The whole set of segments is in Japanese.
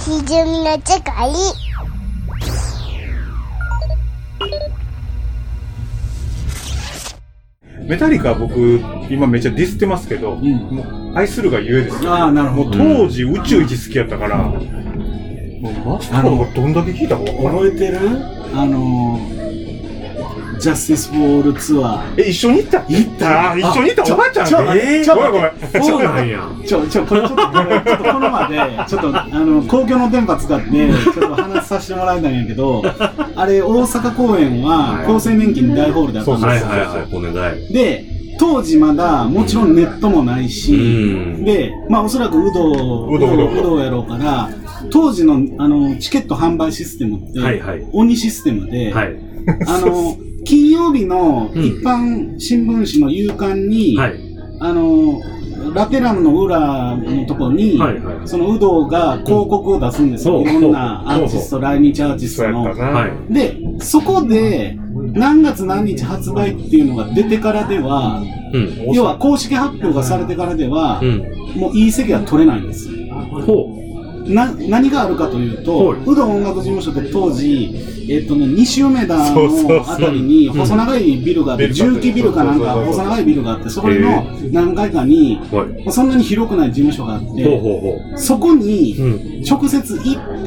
ひじゅみの世界。 メタリカは僕今めっちゃディスってますけど、もう愛するがゆえですよ。 ああ、なるほど。 もう当時宇宙一好きやったから、もうマスターがどんだけ聞いたか分からん。 覚えてるジャスティス・フォールツアー。 一緒に行った一緒に行ったおばあちゃん。ごめんごめん。 そうなんや。 これちょっとこの場で、ちょっと公共の電波使って、ちょっと話させてもらいたいんやけど、あれ、大阪公演は、厚生年金大ホールだったんですよ。 骨大。 で、当時まだ、もちろんネットもないし、で、まあおそらく有働やろうから、当時の、チケット販売システムって、鬼システムで、金曜日の一般新聞紙の夕刊に、ラテラムの裏のところに、その有働が広告を出すんですよ。いろんなアーティスト、来日アーティストの。で、そこで、何月何日発売っていうのが出てからでは、要は公式発表がされてからでは、もういい席は取れないんです。何があるかというと、有働音楽事務所って当時、西梅田のあたりに細長いビルがあって、重機ビルかなんか細長いビルがあって、そこの何階かに、そんなに広くない事務所があって、そこに直接行って、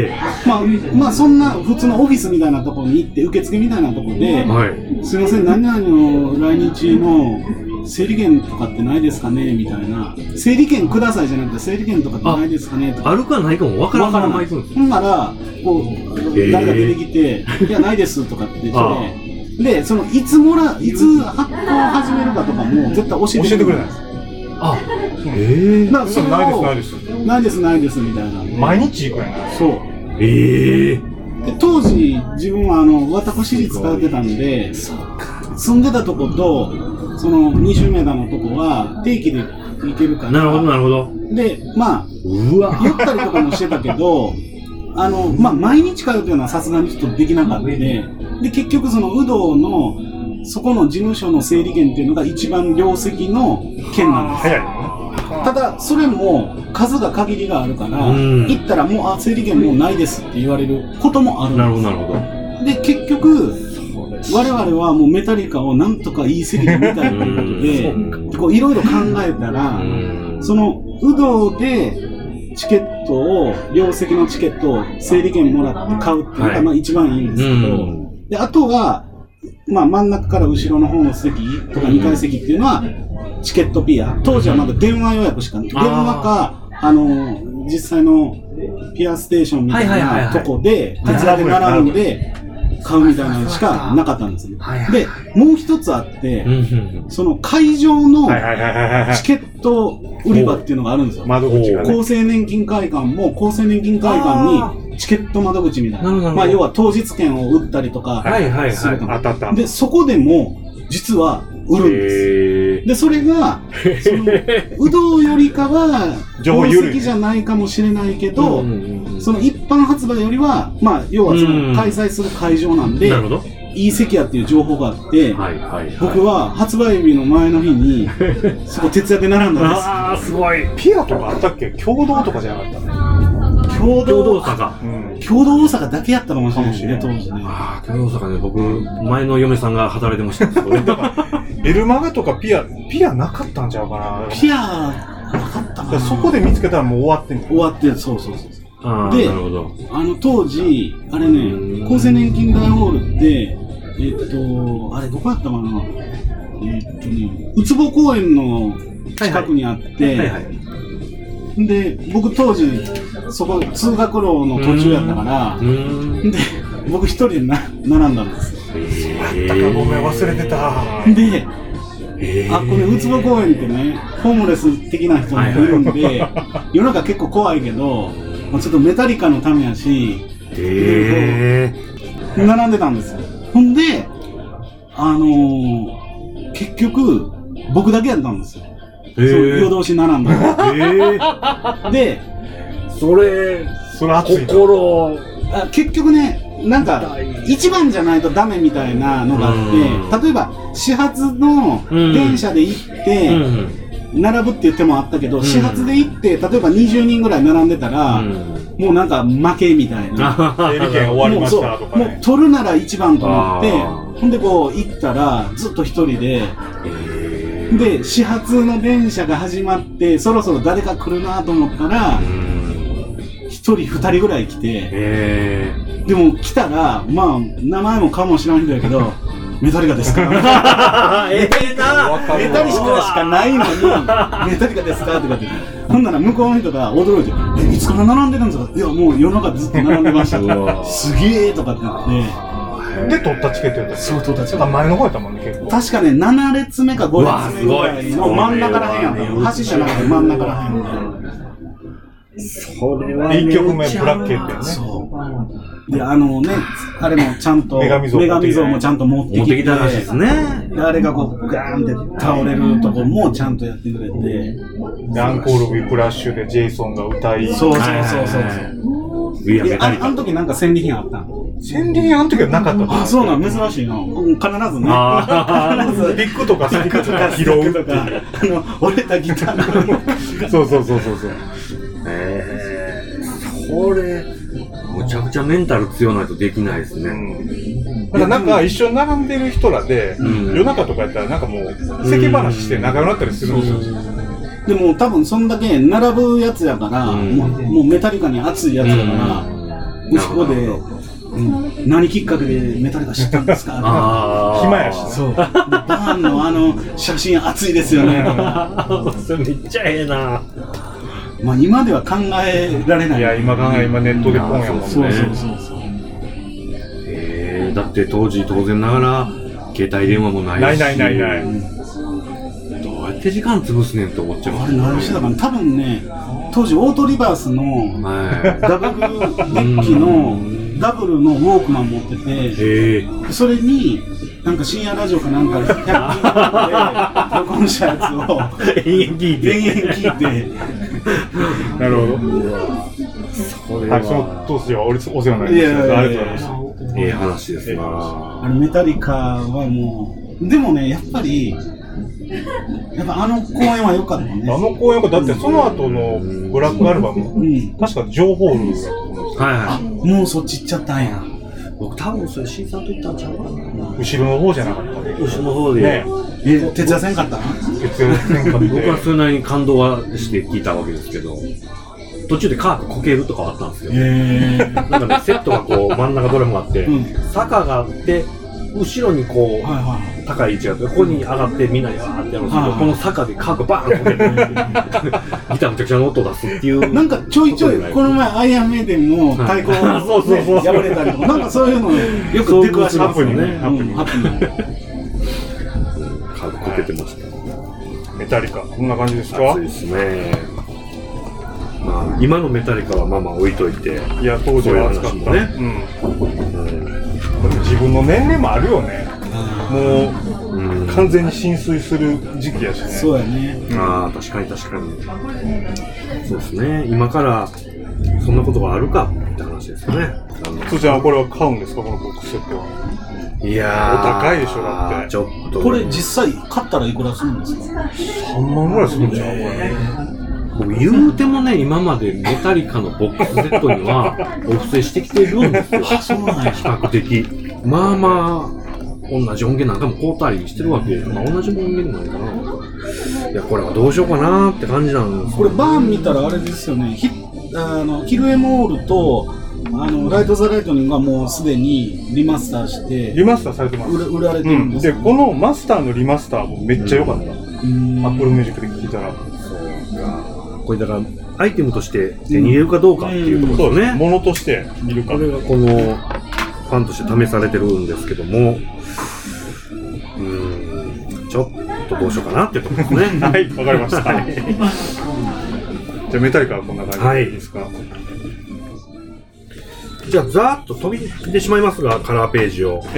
まあそんな普通のオフィスみたいなところに行って、受付みたいなところで、すいません、何々の来日の整理券とかってないですかねみたいな。整理券くださいじゃなくて、整理券とかってないですかねとか。 あるかないかも分からない。 ほんなら、こう、誰か出てきて、いや、ないですとかって言って、で、いつ発行を始めるかとかも絶対教えてくれない。だからそれをないですみたいな。 毎日行くやな。 そう。で、当時、自分は私立通ってたんで、住んでたとこと、その西梅田のとこは定期で行けるから。 なるほど。で、 まあ、ゆったりとかもしてたけど、まあ、毎日通うというのはさすがにちょっとできなかったで、結局その有働の、そこの事務所の整理券っていうのが一番良席の券なんですよ。ただ、それも数が限りがあるから、行ったらもう、整理券もうないですって言われることもあるんです。 なるほど。 で、結局、我々はもうメタリカをなんとかいい席で見たいということで、こういろいろ考えたら、その、有働でチケットを、両席のチケットを整理券もらって買うっていうのがまあ一番いいんですけど、で、あとは、まあ真ん中から後ろの方の席とか2階席っていうのは、チケットピア。当時はまだ電話予約しかない。電話か、実際のピアステーションみたいなとこで、徹夜で並んで、買うみたいなのしかなかったんですね。で、もう一つあって、その会場のチケット売り場っていうのがあるんですよ。 窓口がね。 厚生年金会館も厚生年金会館にチケット窓口みたいな。まあ要は当日券を売ったりとかするかな。で、そこでも実は売るんです。で、それが、有働よりかは、宝石じゃないかもしれないけど、その一般発売よりは、まあ、要はその開催する会場なんで、いい席やっていう情報があって、僕は発売日の前の日に、そこ徹夜で並んだんです。 ああ、すごい。 ピアとかあったっけ？共同とかじゃなかったね。 共同大阪。 共同大阪だけやったかもしれないね、当時ね。 ああ、共同大阪ね、僕、前の嫁さんが働いてました。 エルマガとかピアなかったんちゃうかな。 ピアなかったな。 そこで見つけたらもう終わってんの。 終わってる、そう。で、 なるほど。 当時、あれね、厚生年金大ホールって、あれどこやったかな。うつぼ公園の近くにあって、で、僕当時、そこ通学路の途中やったから、で、僕一人で並んだんです。 そうやったか、ごめん、忘れてた。 で、これ、うつぼ公園ってね、ホームレス的な人もいるんで、世の中結構怖いけど、ちょっとメタリカのためやし、並んでたんですよ。ほんで、結局、僕だけやったんですよ。夜通し並んだ。で、 それ熱い心結局ね、なんか、一番じゃないとダメみたいなのがあって、例えば、始発の電車で行って、 並ぶっていう手もあったけど、始発で行って、例えば20人ぐらい並んでたら、もうなんか負けみたいな。 整理券終わりましたとかね。 もう取るなら一番と思って、ほんでこう行ったら、ずっと一人で、で、始発の電車が始まって、そろそろ誰か来るなと思ったら、一人二人ぐらい来て、でも来たら、まあ、名前も顔も知らん人やけど、メタリカですかメタリカしかないのに、メタリカですかとかって。ほんなら向こうの人が驚いて、いつから並んでるんですかいや、もう夜中ずっと並んでました。すげえとかって言って。 で、取ったチケットやった。 そう、取ったチケット。 前の方やったもんね、結構。 確かね、7列目か5列目ぐらいの真ん中らへんやったよ。橋じゃなくて真ん中らへんみたいな。 それは 1曲目ブラックやったよね。 そう。で、あれもちゃんと、女神像もちゃんと持ってきて。 たらしいですね。 で、あれがこう、ガーンって倒れるとこもちゃんとやってくれて。 で、アンコール・ウィプラッシュでジェイソンが歌い。 そう。あの時なんか戦利品あったの？ 戦利品あの時はなかった。 あ、そうなん、珍しいな。必ずね。必ず。 ビッグとか拾うとか。 折れたギター。 そう。 それ、むちゃくちゃメンタル強ないとできないですね。 だからなんか一緒に並んでる人らで、夜中とかやったらなんかもう、世間話して仲良くなったりするんですよ。 でも多分そんだけ並ぶやつやから、もうメタリカに熱いやつだから、そこで、何きっかけでメタリカ知ったんですか暇やし。 そう。バーンの写真熱いですよね。 それめっちゃええな。 まあ今では考えられない。 いや、今ネットで本やもんね。 そう。 だって当時当然ながら携帯電話もないし。 ない。 どうやって時間潰すねんと思っちゃう。 あれ何してたかな。多分ね、当時オートリバースのダブルデッキのダブルのウォークマン持ってて、それになんか深夜ラジオかなんか100人で録音したやつを延々聞いて。 なるほど。はい、その当時はお世話になりました。ありがとうございます。 いい話ですな。 メタリカはもう、でもね、やっぱあの公演は良かったね。 あの公演はだってその後のブラックアルバム、確かジョーホールだと思うんですよ。 はい。もうそっち行っちゃったんや。 僕多分それ C さんと行ったんちゃうかな。 後ろの方じゃなかったね。 後ろの方で。 徹夜せんかった徹夜せんかった。 僕はそれなりに感動はして聞いたわけですけど、途中でカーブこけるとかはあったんですよ。なんかね、セットがこう真ん中どれもあって、坂があって、後ろにこう、高い位置があって、ここに上がってみんなでわーってやるんですけど、この坂でカーブバーンこけて、ギターむちゃくちゃの音出すっていう。 なんかちょいちょい、この前アイアンメイデンも太鼓破れたりとか、なんかそういうのよく出くわしますよね。ハプニング。 カーブこけてました。 メタリカ、こんな感じですか？ そうですね。まあ、今のメタリカはまあまあ置いといて。 いや、当時は熱かったね。自分の年齢もあるよね。もう、完全に浸水する時期やしね。 そうやね。 ああ、確かに。そうですね。今からそんなことがあるかって話ですよね。 つーちゃんはこれは買うんですか、このボックスセットは？ いやー、 お高いでしょ、だって。 ちょっと。 これ実際買ったらいくらするんですか ？3万ぐらいするんじゃん、これ。 僕言うてもね、今までメタリカのボックスセットにはお布施してきてるんですよ。 そうなんや。 比較的。まあまあ、同じ音源なんかも買うたりしてるわけで、まあ同じ音源なんかな。いや、これはどうしようかなって感じなんです。 これバーン見たらあれですよね。ヒルエモールと、ライト・ザ・ライトニングがもうすでにリマスターして。 リマスターされてます。 売られてるんですで、このマスターのリマスターもめっちゃ良かった。Apple Music で聴いたら。 これだからアイテムとして手に入れるかどうかっていうところですね。 物として見るか。 これがこのファンとして試されてるんですけども、ちょっとどうしようかなっていうところですね。 はい、わかりました。じゃあメタリカはこんな感じですか。 じゃあざーっと飛び出しまいますが、カラーページを。はい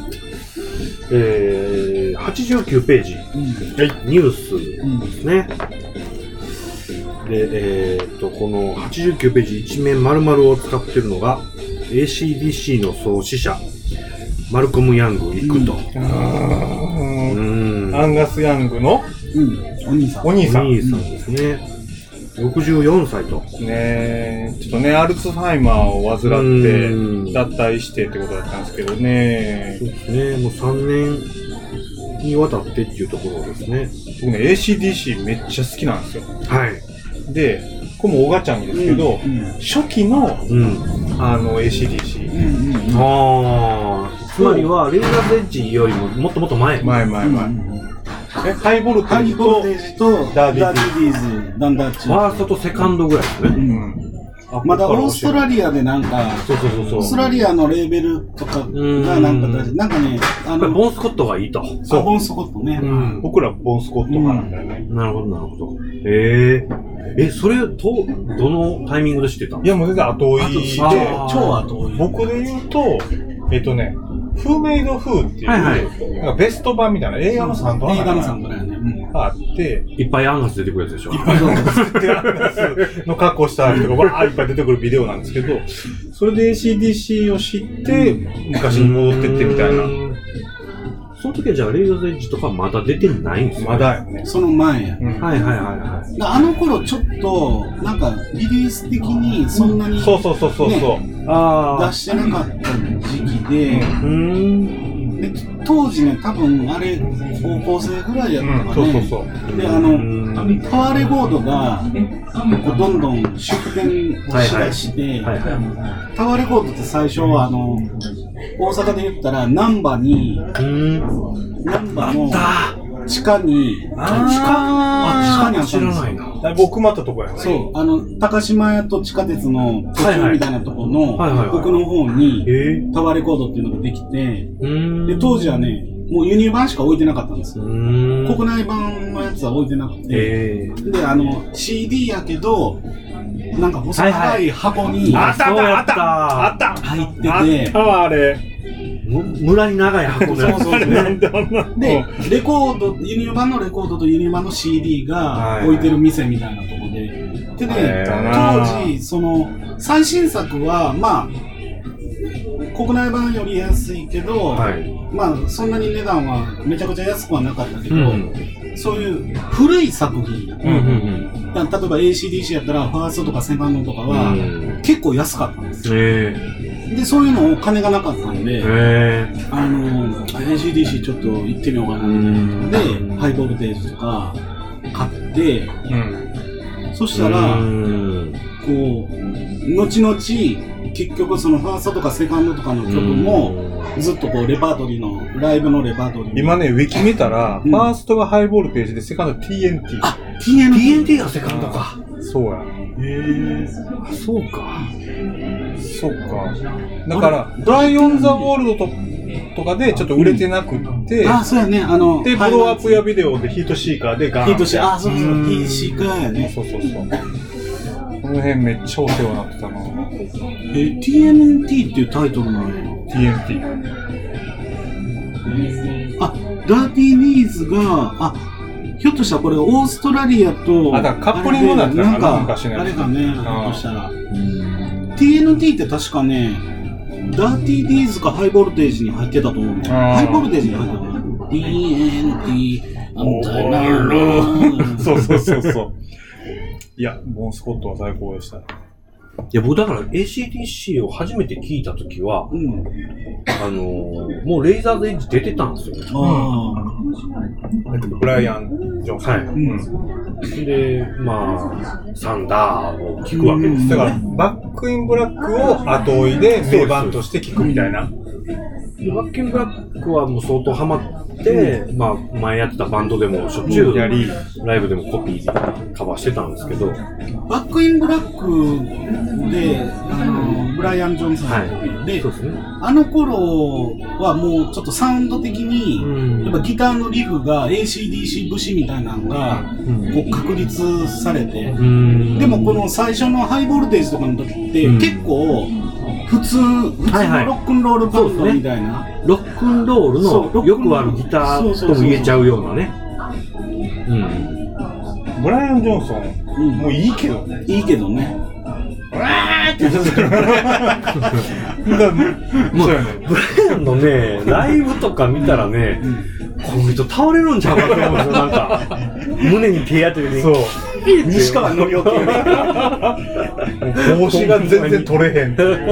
。89ページ、ニュースですね。で、この89ページ一面丸々を使っているのが AC/DC の創始者マルコム・ヤング行くと、 アンガス・ヤングのお兄さん。 お兄さんですね。64歳と。 ねちょっとね、アルツハイマーを患って脱退してってことだったんですけどね。 そうですね。もう3年にわたってっていうところですね。 僕ね、ACDC めっちゃ好きなんですよ。 はい。 で、これもオガちゃんにですけど、初期の、ACDC。 つまりは、レーザーズエッジよりももっともっと前。 前。ハイボルテージとダーディーズ、ダンダッチ。 ファーストとセカンドぐらいですね。 まだオーストラリアでなんか、オーストラリアのレーベルとかがなんかね、 ボンスコットがいいと。 そう、ボンスコットね。 僕らボンスコット派なんだよね。 なるほど。それどのタイミングで知ってたの？ いや、もう全然後追いで、 超後追い。 僕で言うと、フーメイドフーっていう、なんかベスト版みたいな映画のサントラがあって、 いっぱいアンガス出てくるやつでしょ？ いっぱいアンガスの格好した人がわーいっぱい出てくるビデオなんですけど、それで ACDC を知って、昔に戻ってってみたいな。 その時はじゃあ、レイザーズエッジとかまだ出てないんですよ。 まだよね。 その前や。 はい。 あの頃ちょっと、なんか、リリース的にそんなに、 そう。 出してなかった時期で、当時ね、多分あれ、高校生ぐらいやったからね。で、タワーレコードが、どんどん出店しだして、タワーレコードって最初は、大阪で言ったら、難波の地下に、 地下に知らないな。だいぶ奥まったとこやね。 そう、高島屋と地下鉄の途中みたいなところの奥の方に、タワーレコードっていうのができて、で、当時はね、もう輸入版しか置いてなかったんですよ。国内版のやつは置いてなくて、で、CD やけど、なんか細長い箱に、 あった入ってて、 あれ。 村に長い箱のやつ。 で、レコード、輸入版のレコードと輸入版の CD が置いてる店みたいなところで、でね、当時、最新作は、まあ、国内版より安いけど、まあ、そんなに値段はめちゃくちゃ安くはなかったけど、そういう古い作品、例えば ACDC やったら、ファーストとかセカンドとかは、結構安かったんですよ。で、そういうのを金がなかったんで、ACDC ちょっと行ってみようかなみたいなので、ハイボルテージとか買って、そしたら、こう、後々、結局そのファーストとかセカンドとかの曲も、ずっとこう、レパートリーの、ライブのレパートリー。 今ね、ウィキ見たら、ファーストがハイボルテージで、セカンド TNT。 TNT がセカンドか。 そうや。 そうか。 だから、フライオンザワールドとかでちょっと売れてなくって、 そうやね、 で、ブローアップやビデオでヒートシーカーでガーン。 ヒートシーカー、ヒートシーカーやね。 そう。この辺めっちゃお世話になってたな。 TNT っていうタイトルなのよ。 TNT。 ダーティーニーズが、ひょっとしたらこれオーストラリアと、 だからカップリングだったかな、昔ね。 あれがね、ひょっとしたら。TNT って確かね、ダーティーニーズかハイボルテージに入ってたと思う。ハイボルテージに入ってた。TNT、 そう。いや、ボンスコットは最高でした。 いや、僕だから ACDC を初めて聞いたときは、もうレイザーズエッジ出てたんですよね。 ブライアン・ジョンソン。 で、まあ、サンダーを聞くわけです。 だから、バックインブラックを後追いで名盤として聞くみたいな。 でバックインブラックはもう相当ハマって、まあ、前やってたバンドでもしょっちゅうやり、ライブでもコピーでカバーしてたんですけど、 バックインブラックで、ブライアン・ジョンソンで、 そうですね、 あの頃はもうちょっとサウンド的に、やっぱギターのリフが ACDC 節みたいなのが、こう確立されて、でもこの最初のハイボルテージとかの時って結構、普通のロックンロールバンドみたいな、 ロックンロールのよくあるギターとも言えちゃうようなね。 ブライアン・ジョンソン、もういいけどね。 いいけどね。 わーっって言ってたからそうやね。 ブライアンのね、ライブとか見たらね、この人倒れるんちゃうかと思うんですよ、なんか。胸に手当ててね。 そう。 西川のりお系。 帽子が全然取れへん。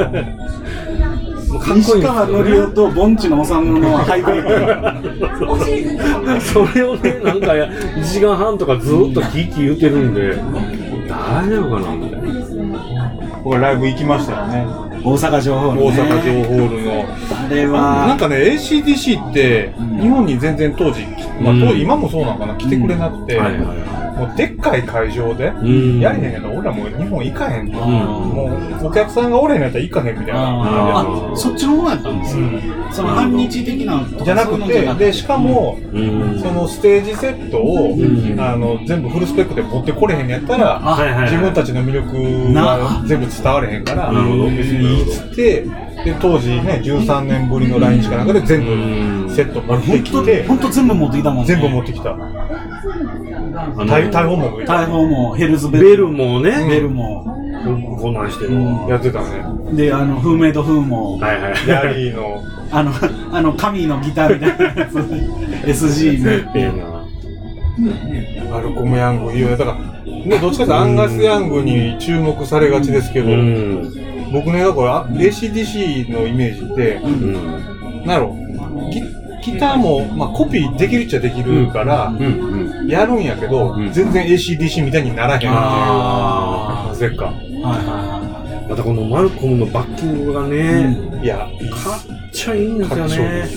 西川のりおと盆地のおさんのハイブリッド。 それをね、なんか1時間半とかずっとキーキー言ってるんで、大丈夫かなみたいな。 僕ライブ行きましたよね。 大阪城ホール、 大阪城ホールの。 あれは。 なんかね、ACDC って日本に全然当時、まあ今もそうなのかな、来てくれなくて、もうでっかい会場で、やれへんやったら俺らもう日本行かへんと。もうお客さんがおれへんやったら行かへんみたいな。 あ、そっちの方やったんですよ。その反日的なじゃなくて、で、しかも、そのステージセットを、全部フルスペックで持ってこれへんやったら、自分たちの魅力が全部伝われへんから、別にいいっつって、で、当時ね、13年ぶりの来日かなんかで全部セット持ってきて、 ほんと全部持ってきたもんね。 全部持ってきた。大砲もヘルズベルもね、 ベルもこんなんしてやってたね。 で、フーメイドフーも、 ヤリーの神のギターみたいなやつ、SG みたいな。 マルコム・ヤング、いや、だから、ね、どっちかというとアンガス・ヤングに注目されがちですけど、僕ね、だから ACDC のイメージって、なんやろ、ギターも、まあ、コピーできるっちゃできるから、やるんやけど、全然 ACDC みたいにならへんっていう、なぜか。 またこのマルコムのバッキングがね、 いや、 かっちゃいいんですよね。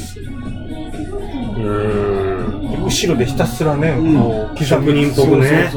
後ろでひたすらね、 職人っぽくね。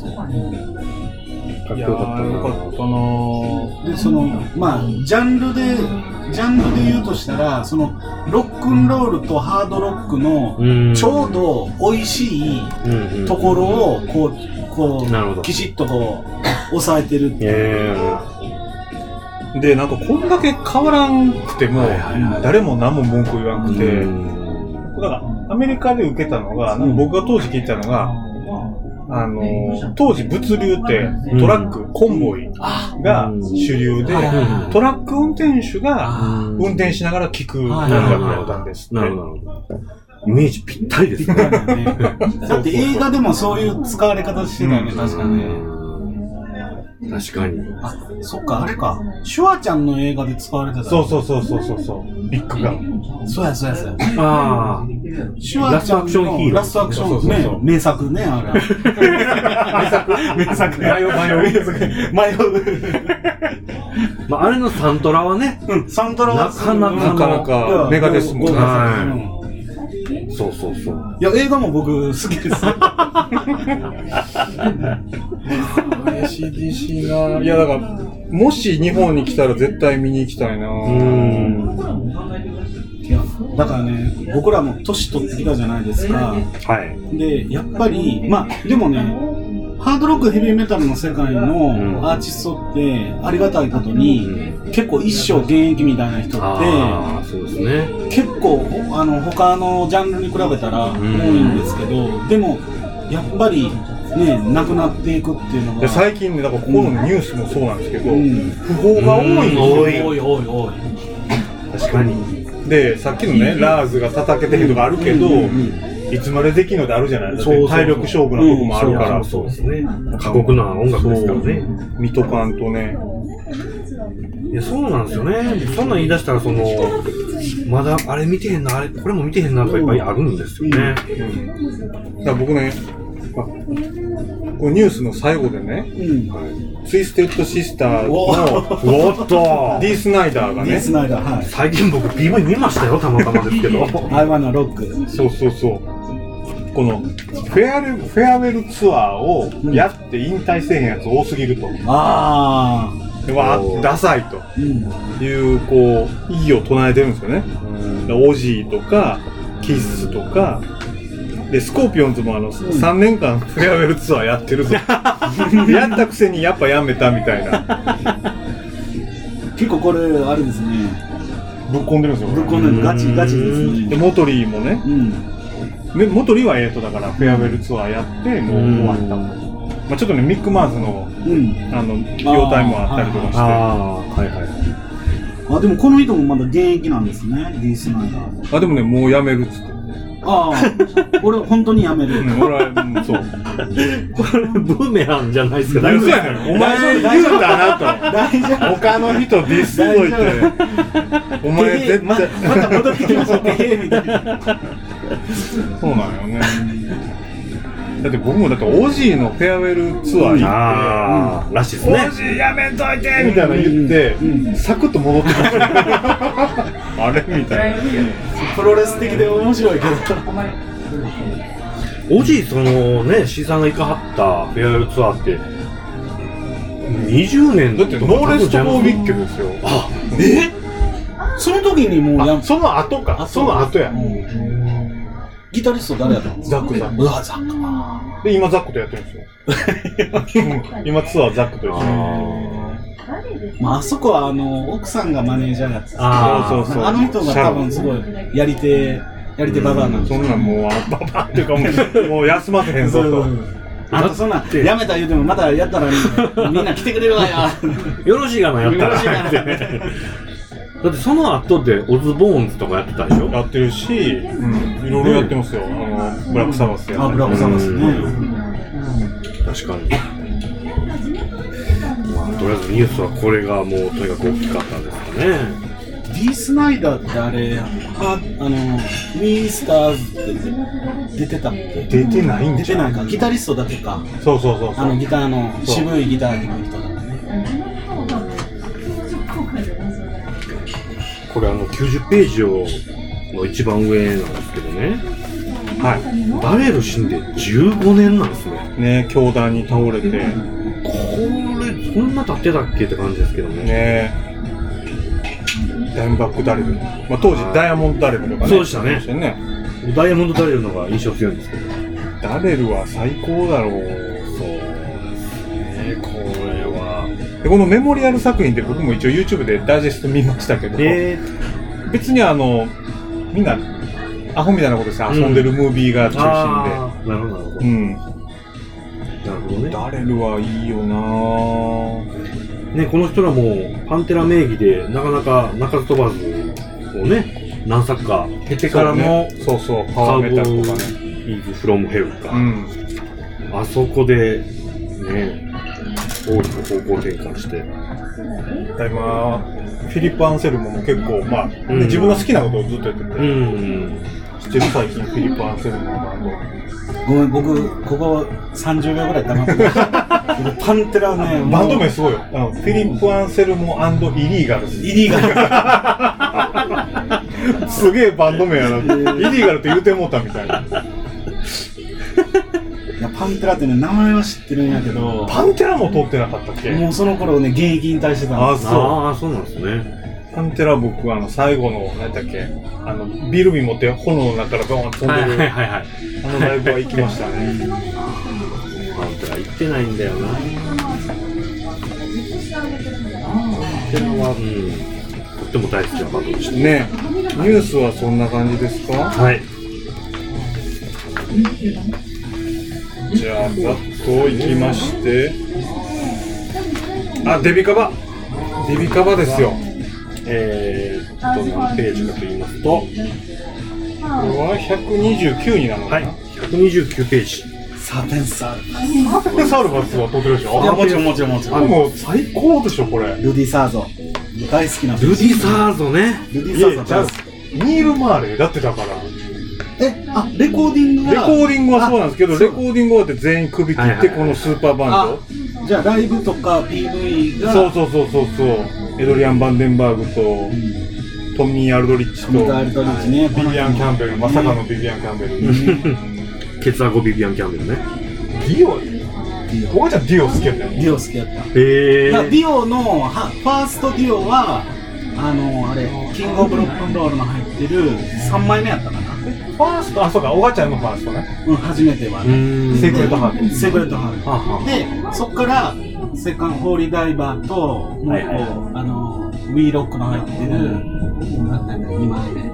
かっこよかったな。 で、まあ、ジャンルで言うとしたら、ロックンロールとハードロックの、ちょうど美味しいところを、きちっと抑えてるっていう。 で、なんかこんだけ変わらんくても、誰も何も文句言わんくて、だからアメリカで受けたのが、なんか僕が当時聞いたのが、当時物流ってトラック、コンボイが主流で、トラック運転手が運転しながら聴く音楽だったんですって。 なるほど。イメージぴったりですね。 だって映画でもそういう使われ方してたよね、確かね。 確かに。 あ、そっか、あれか。シュワちゃんの映画で使われてた。 そう。ビッグガン。 そうや。 ああ。 シュワちゃんのラストアクションね。名作ね、あれ。名作。迷う。 まあ、あれのサントラはね。 サントラはなかなかメガですもんね。 そう。 いや、映画も僕好きです。 ACDC な。いや、だから、もし日本に来たら絶対見に行きたいな。 いや、だからね、僕らも年取ってきたじゃないですか。で、やっぱり、まあ、でもね、ハードロックヘビーメタルの世界のアーティストってありがたいことに、結構一生現役みたいな人って結構他のジャンルに比べたら多いんですけど、でもやっぱりね、なくなっていくっていうのが最近ね、だからここのニュースもそうなんですけど、訃報が多いんですよ。 多い確かに。で、さっきのね、ラーズが叩けてへんとかあるけど、いつまでできるのであるじゃないですか。体力勝負のとこもあるから。 そうですね。過酷な音楽ですからね。 見とかんとね。 いや、そうなんですよね。そんなん言い出したら、まだあれ見てへんな、これも見てへんなとかいっぱいあるんですよね。 だから僕ね、このニュースの最後でね、ツイステッドシスターのディー・スナイダーがね、 最近僕 PV 見ましたよ、たまたまですけど。 I wanna rock。 そう。このフェアウェルツアーをやって引退せへんやつ多すぎると。ダサいという、異議を唱えてるんですよね。オジーとか、キッスとか、で、スコーピオンズも3年間フェアウェルツアーやってるぞ。やったくせにやっぱやめたみたいな。 結構これ、あれですね。 ぶっ込んでるんですよ。 ぶっ込んでる。ガチですね。 で、モトリーもね。モトリーはだからフェアウェルツアーやって、もう終わったと。 まあちょっとね、ミック・マーズの、業態もあったりとかして。 はいはい。 あ、でもこの人もまだ現役なんですね、ディースナイダー。 あ、でもね、もう辞めるっつって。 ああ、俺本当に辞める。 俺は、そう。 これ、ブーメランじゃないですか。 大丈夫やねん。お前それ言うんだなと。大丈夫。他の人ディスっといて。お前絶対。 また戻ってきましたって、みたいな。 そうなんよね。だって僕もだってオジーのフェアウェルツアー行って、 らしいですね。 オジーやめといてみたいな言って、サクッと戻ってきました。あれみたいな。 プロレス的で面白いけど。 オジーそのね、Cさんが行かはったフェアウェルツアーって、20年だってノーレストボービッケですよ。 あ、 その時にもうその後か。その後や。 ギタリスト誰やったんですか？ ザック。 うわ、ザック。 で、今ザックとやってるんですよ。今ツアーザックと一緒に。 まあ、あそこは奥さんがマネージャーやってた。 そう。 あの人が多分すごいやり手ババアなんですよ。 そんなんもう、ババアっていうかもう休ませへんぞと。 あとそんな、やめた言うてもまたやったらみんな来てくれるわよ。 よろしいがな、やったら。だってその後でオズボーンズとかやってたでしょ？ やってるし、いろいろやってますよ。ブラックサバスやったり。 ブラックサバスね。 確かに。まあ、とりあえずニュースはこれがもうとにかく大きかったんですかね。 ディースナイダーってあれ、ミースターズって出てたっけ？ 出てないんで出てないか。ギタリストだけか。 そう。 ギターの、渋いギター弾く人だね。 これ90ページの一番上なんですけどね。 はい。 バレル死んで15年なんですね。 ね、凶弾に倒れて。これ、 そんな経ってたっけって感じですけどね。 ね。ダイヤモンドバックダレル。まあ当時ダイヤモンドダレルとかね。 そうでしたね。ダイヤモンドダレルのが印象強いんですけど。 ダレルは最高だろう。そうですね。これは。 でこのメモリアル作品って僕も一応 YouTube でダイジェスト見ましたけど、別にみんなアホみたいなことして遊んでるムービーが中心で。 なるほど。なるほどね。 ダレルはいいよなね、この人らもパンテラ名義でなかなか鳴かず飛ばずをね、何作か経てからのパワーメタルとかね、 イーズフロムヘルか、あそこでね、大きく方向転換して。 今フィリップ・アンセルモも結構自分が好きなことをずっとやってて、知ってる最近フィリップ・アンセルモのバンド。 ごめん、僕ここ30秒ぐらい黙ってました。パンテラね、 バンド名すごいよ。フィリップ・アンセルモ&イリーガルズ。 イリーガルすげえバンド名やな。イリーガルって言うてもうたみたいな。 いや、パンテラってね、名前は知ってるんやけど、 パンテラも通ってなかったっけ？ もうその頃ね、現役引退してたんです。 そうなんですね。 パンテラ僕最後の何だっけ、ビール瓶持って炎の中からボーンと飛んでる、ライブは行きましたね。 パンテラ行ってないんだよな。パンテラはとっても大好きなバンドでしたね。ニュースはそんな感じですか？ はい。 じゃあざっと行きまして、デビカバですよ。 何ページかと言いますと、これは129になるのかな。 129ページ。 サーペンサルバスは撮ってるでしょ？ もちろん。もう最高でしょこれ。 ルディ・サーゾ大好きな。 ルディ・サーゾね。 ニール・マーレーだってだから。 レコーディングはそうなんですけど、レコーディング終わって全員首切ってこのスーパーバンド。 じゃあライブとか PV が。 そう。エドリアン・バンデンバーグと、トミー・アルドリッチと、ビビアン・キャンベル、まさかのビビアン・キャンベル。 ケツアゴビビアン・キャンベルね。 ディオおばちゃんディオ好きやったよ。 ディオ好きやった。 ディオのファーストディオは、キングオブロックンロールの入ってる3枚目やったかな。 ファースト、そうか、おばちゃんのファーストね。 初めてはね。 セクレットハート。で、そっから、セカンドホーリーダイバーと、もう一個、ウィーロックの入ってる、2枚目。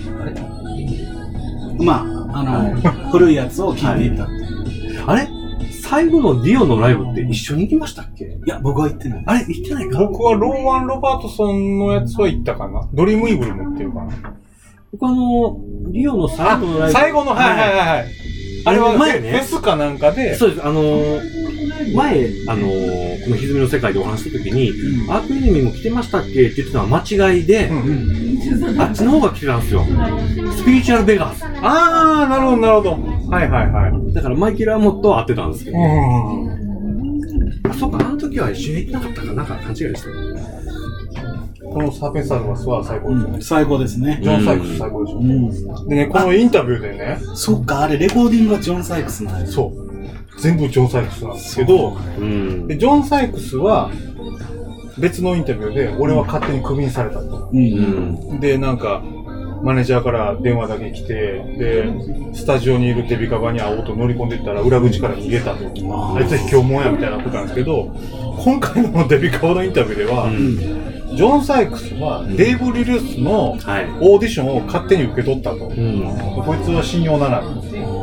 古いやつを聴いていたっていう。 最後のディオのライブって一緒に行きましたっけ？ いや、僕は行ってない。 あれ、行ってないか？ 僕はローワン・ロバートソンのやつは行ったかな。ドリームイーブルも行ってるかな。 僕ディオの最後のライブ。 最後の、はい。あれは前ね、 フェスかなんかで。 そうです。前、この歪みの世界でお話した時に、アークエネミーも来てましたっけって言ってたのは間違いで、あっちの方が来てたんですよ。スピリチュアルベガーズ。 あー、なるほど、なるほど。はい。 だからマイケル・アモットは会ってたんですけど。あ、そっか、あの時は一緒に行ってなかったかなんか勘違いした。 このサーペンス・アルバスは最高ですよね。 最高ですね。 ジョン・サイクス最高でしょ。でね、このインタビューでね。 そっか、あれ、レコーディングがジョン・サイクスなんや。 そう。全部ジョン・サイクスなんですけど、でジョン・サイクスは別のインタビューで、俺は勝手にクビにされたと。で、なんか、マネージャーから電話だけ来て、で、スタジオにいるデビカバに会おうと乗り込んでいったら裏口から逃げたと。あいつは卑怯者やみたいなことなんですけど、今回のデビカバのインタビューでは、ジョン・サイクスはデイブ・リルスのオーディションを勝手に受け取ったと。こいつは信用ならぬ。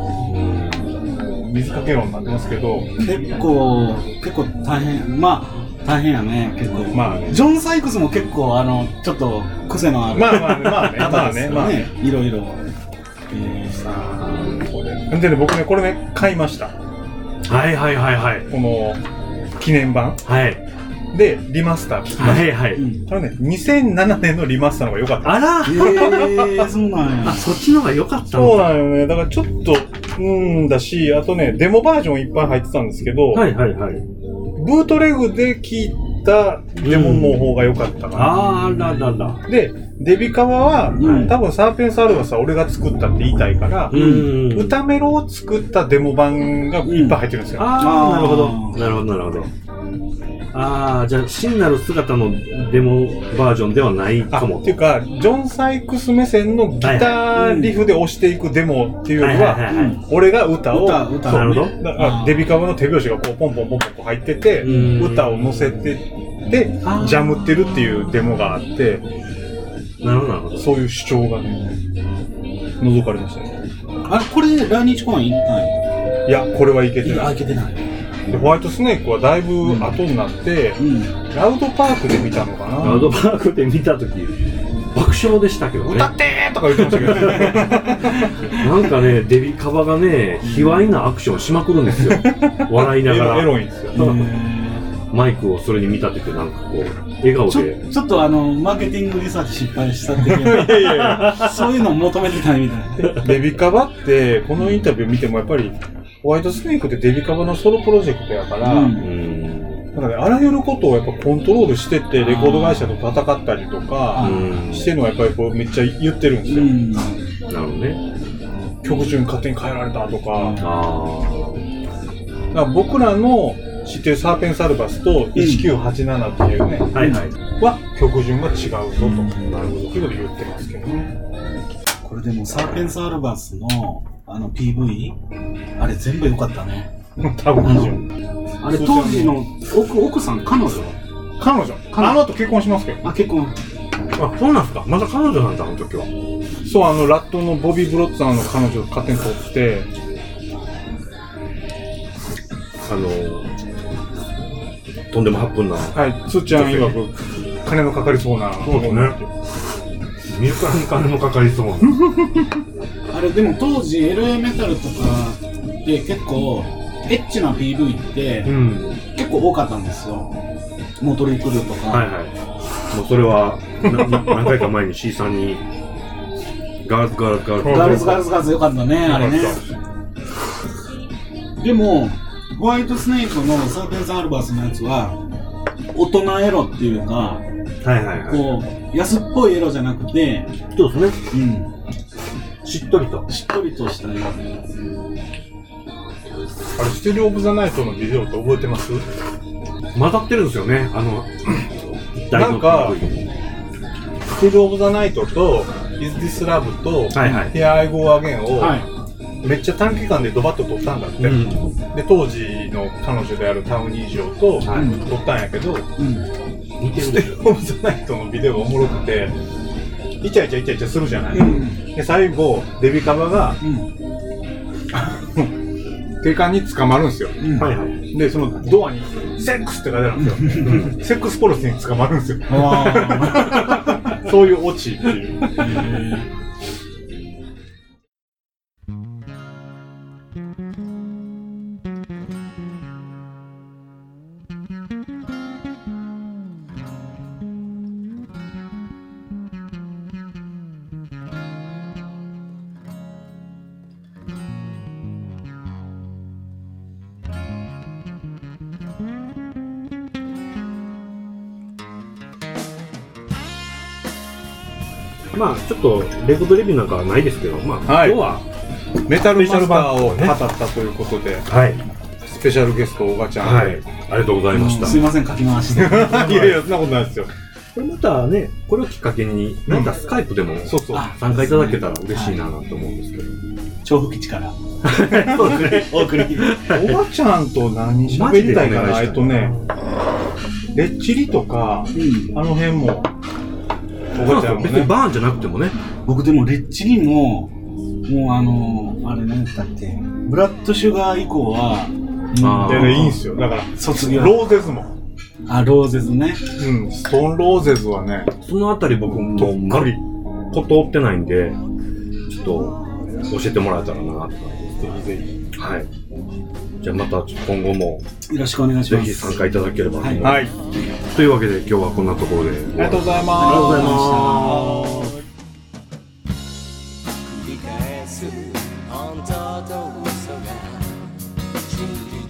水かけ論になってますけど。 結構大変。まあ、大変やね、結構。まあね。ジョン・サイクスも結構、ちょっと癖のある。まあね。いろいろ。 でね、僕ね、これね、買いました。 はい。 この、記念版。 はい。 で、リマスター。 はい。 これね、2007年のリマスターの方が良かった。 あらそうなんや。 そっちの方が良かったの？ そうなんよね。だからちょっと、だし、あとね、デモバージョンいっぱい入ってたんですけど、 はい。 ブートレグで聞いたデモの方が良かったかな。 あら。 で、デビカワは、多分サーペンス・アルバスは俺が作ったって言いたいから、歌メロを作ったデモ版がいっぱい入ってるんですよ。 なるほど。じゃあ、真なる姿のデモバージョンではないかも。 っていうか、ジョン・サイクス目線のギターリフで押していくデモっていうよりは、俺が歌を、 なるほど。 だからデビカバの手拍子がこうポンポン入ってて、歌を乗せてで、ジャムってるっていうデモがあって、 なるほど。 そういう主張がね、覗かれましたね。 あれ、これ来日公演行ったんや？ いや、これはいけてない。 いけてない。 で、ホワイトスネークはだいぶ後になって、ラウドパークで見たのかな。 ラウドパークで見たとき、爆笑でしたけどね。 歌ってーとか言ってましたけどね。なんかね、デビカバがね、卑猥なアクションしまくるんですよ。笑いながら。 エロいんですよ。 マイクをそれに見立てて、なんかこう、笑顔で。 ちょっとマーケティングリサーチ失敗したっていう。そういうのを求めてないみたいな。 デビカバって、このインタビュー見てもやっぱり、ホワイトスネークってデビカバのソロプロジェクトやから、なんかね、あらゆることをやっぱコントロールしてって、レコード会社と戦ったりとか、してるのはやっぱりこうめっちゃ言ってるんですよ。 なるほどね。 曲順勝手に変えられたとか。だから僕らの知ってるサーペンスアルバスと1987っていうね、は曲順が違うぞと。なるほど。ということで言ってますけどね。 これでもサーペンスアルバスのPV? あれ全部良かったね。 多分あれ当時の奥さん、彼女あの後結婚しますけど。 結婚。 あ、そうなんすか。まだ彼女なんだ、あの時は。 そう、ラットのボビー・ブロッツァーの彼女を勝手に取って、 とんでも8分な。 はい、つーちゃん曰く、金のかかりそうな。 そうですね。見るからに金のかかりそうな。 あれ、でも当時 LA メタルとかで結構、エッチな PV って、結構多かったんですよ。モトリー・クルーとか。 もうそれは、何回か前に C さんに、ガールズよかったね、あれね。でも、ホワイトスネークのサーペンスアルバスのやつは、大人エロっていうか、こう、安っぽいエロじゃなくて、そうですね。しっとりとしたエロ。 あれ、ステリオ・オブ・ザ・ナイトのビデオって覚えてます？ 混ざってるんですよね、 なんか、ステリオ・オブ・ザ・ナイトと、Is This Love と、Here I Go Again を、めっちゃ短期間でドバッと撮ったんだって。で、当時の彼女であるタウニージョと撮ったんやけど、ステリオ・オブ・ザ・ナイトのビデオがおもろくて、イチャイチャするじゃない。で、最後、デビカバが、 警官に捕まるんですよ。 はいはい。 で、そのドアに、セックスって書いてあるんですよ。セックスポルスに捕まるんですよ。そういうオチっていう。 まあちょっとレコードレビューなんかはないですけど、まあ、はい、今日はメタルマスターを語ったということで、はい、スペシャルゲスト、おがちゃん、はい、 ありがとうございました。 すいません、書き回しで。いやいや、そんなことないですよ。 これまたね、これをきっかけに、なんかスカイプでも参加いただけたら嬉しいなと思うんですけど。 調布基地から。 そうですね、お送り。 おばちゃんと何喋りたいかな、レッチリとか、あの辺も、おばちゃんもね。 別にバーンじゃなくてもね。 僕でもレッチリも、もうあれ何だっけ、ブラッドシュガー以降は、 いいんすよ。だから、 卒業。 ローゼズも。 ローゼズね。 うん、ストーンローゼズはね。 そのあたり僕もことってないんで、ちょっと教えてもらえたらなとか。ぜひぜひ。 はい。じゃあまた今後もよろしくお願いします。 ぜひ参加いただければと思います。 はい。 というわけで今日はこんなところで。 ありがとうございます。 ありがとうございました。 本当と嘘が